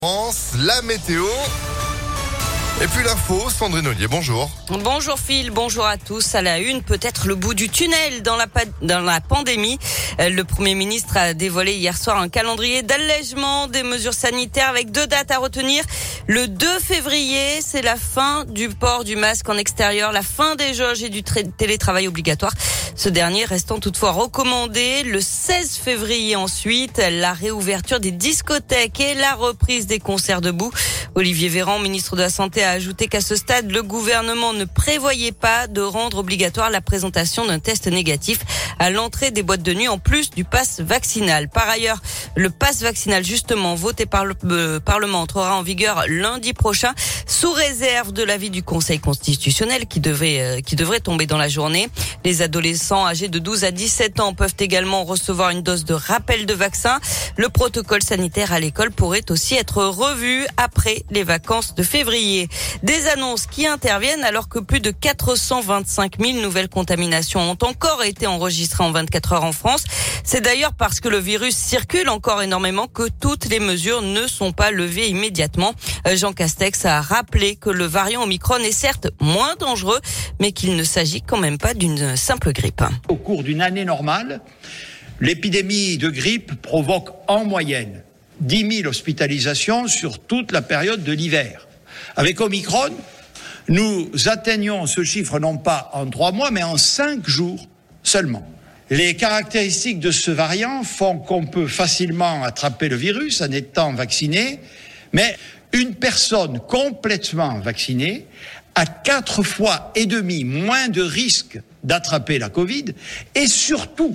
La météo. Et puis l'info, Sandrine Ollier, bonjour. Bonjour Phil, bonjour à tous. À la une, peut-être le bout du tunnel dans la pandémie. Le Premier ministre a dévoilé hier soir un calendrier d'allègement des mesures sanitaires avec 2 dates à retenir. Le 2 février, c'est la fin du port du masque en extérieur, la fin des jauges et du télétravail obligatoire. Ce dernier restant toutefois recommandé. Le 16 février ensuite, la réouverture des discothèques et la reprise des concerts debout. Olivier Véran, ministre de la Santé, a ajouté qu'à ce stade, le gouvernement ne prévoyait pas de rendre obligatoire la présentation d'un test négatif à l'entrée des boîtes de nuit en plus du pass vaccinal. Par ailleurs, le pass vaccinal justement voté par le Parlement entrera en vigueur lundi prochain sous réserve de l'avis du Conseil constitutionnel qui devrait tomber dans la journée. Les adolescents âgés de 12 à 17 ans peuvent également recevoir une dose de rappel de vaccin. Le protocole sanitaire à l'école pourrait aussi être revu après les vacances de février. Des annonces qui interviennent alors que plus de 425 000 nouvelles contaminations ont encore été enregistrées en 24 heures en France. C'est d'ailleurs parce que le virus circule encore énormément que toutes les mesures ne sont pas levées immédiatement. Jean Castex a rappelé que le variant Omicron est certes moins dangereux, mais qu'il ne s'agit quand même pas d'une simple grippe. Au cours d'une année normale, l'épidémie de grippe provoque en moyenne 10 000 hospitalisations sur toute la période de l'hiver. Avec Omicron, nous atteignons ce chiffre non pas en 3 mois, mais en 5 jours seulement. Les caractéristiques de ce variant font qu'on peut facilement attraper le virus en étant vacciné, mais une personne complètement vaccinée a 4,5 fois moins de risque d'attraper la Covid et surtout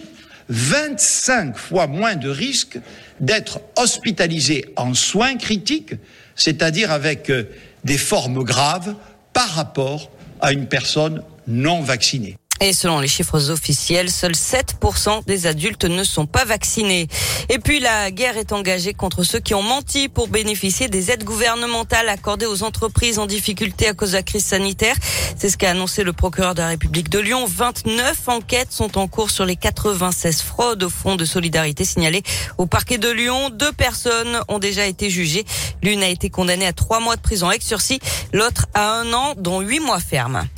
25 fois moins de risque d'être hospitalisé en soins critiques, c'est-à-dire avec des formes graves par rapport à une personne non vaccinée. Et selon les chiffres officiels, seuls 7% des adultes ne sont pas vaccinés. Et puis la guerre est engagée contre ceux qui ont menti pour bénéficier des aides gouvernementales accordées aux entreprises en difficulté à cause de la crise sanitaire. C'est ce qu'a annoncé le procureur de la République de Lyon. 29 enquêtes sont en cours sur les 96 fraudes au fonds de solidarité signalées au parquet de Lyon. 2 personnes ont déjà été jugées. L'une a été condamnée à 3 mois de prison avec sursis, l'autre à 1 an, dont 8 mois fermes.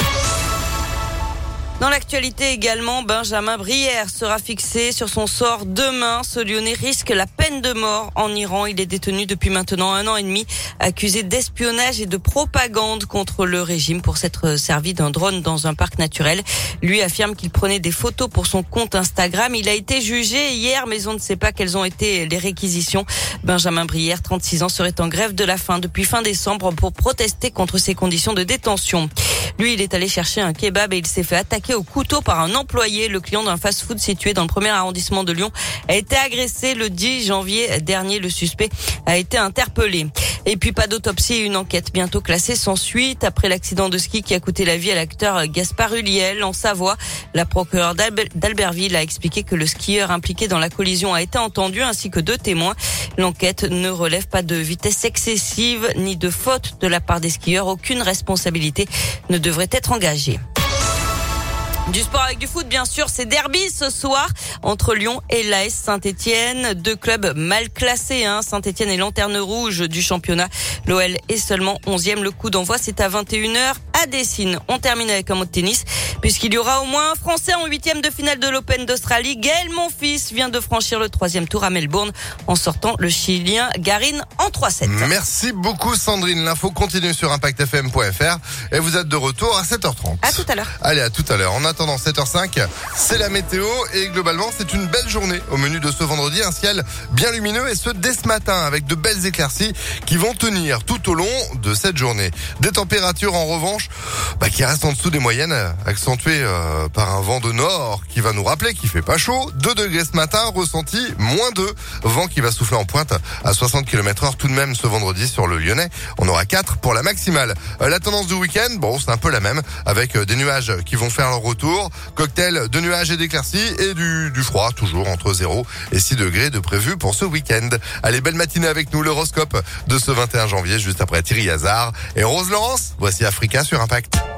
Dans l'actualité également, Benjamin Brière sera fixé sur son sort demain. Ce Lyonnais risque la peine de mort en Iran. Il est détenu depuis maintenant 1 an et demi, accusé d'espionnage et de propagande contre le régime pour s'être servi d'un drone dans un parc naturel. Lui affirme qu'il prenait des photos pour son compte Instagram. Il a été jugé hier, mais on ne sait pas quelles ont été les réquisitions. Benjamin Brière, 36 ans, serait en grève de la faim depuis fin décembre pour protester contre ses conditions de détention. Lui, il est allé chercher un kebab et il s'est fait attaquer au couteau par un employé. Le client d'un fast-food situé dans le 1er arrondissement de Lyon a été agressé le 10 janvier dernier. Le suspect a été interpellé. Et puis pas d'autopsie, une enquête bientôt classée sans suite après l'accident de ski qui a coûté la vie à l'acteur Gaspard Ulliel en Savoie. La procureure d'Albertville a expliqué que le skieur impliqué dans la collision a été entendu ainsi que 2 témoins. L'enquête ne relève pas de vitesse excessive ni de faute de la part des skieurs. Aucune responsabilité ne devrait être engagée. Du sport avec du foot, bien sûr, c'est derby ce soir entre Lyon et l'AS Saint-Etienne. 2 clubs mal classés, Saint-Etienne est lanterne rouge du championnat. L'OL est seulement 11e. Le coup d'envoi, c'est à 21h à Dessine. On termine avec un mot de tennis, puisqu'il y aura au moins un Français en 8e de finale de l'Open d'Australie. Gaël Monfils vient de franchir le 3e tour à Melbourne en sortant le Chilien Garin en 3-7. Merci beaucoup Sandrine. L'info continue sur ImpactFM.fr et vous êtes de retour à 7h30. À tout à l'heure. Allez, à tout à l'heure. En attendant 7h05, c'est la météo et globalement c'est une belle journée au menu de ce vendredi. Un ciel bien lumineux et ce dès ce matin avec de belles éclaircies qui vont tenir tout au long de cette journée. Des températures en revanche qui restent en dessous des moyennes, accentuées par un vent de nord qui va nous rappeler qu'il fait pas chaud. 2 degrés ce matin, ressenti -2. Vent qui va souffler en pointe à 60 km/h tout de même ce vendredi sur le Lyonnais. On aura 4 pour la maximale. La tendance du week-end, c'est un peu la même avec des nuages qui vont faire leur retour. Cocktail de nuages et d'éclaircies et du froid, toujours entre 0 et 6 degrés de prévu pour ce week-end. Allez, belle matinée avec nous, l'horoscope de ce 21 janvier, juste après Thierry Hazard et Rose Laurence. Voici Africa sur Impact.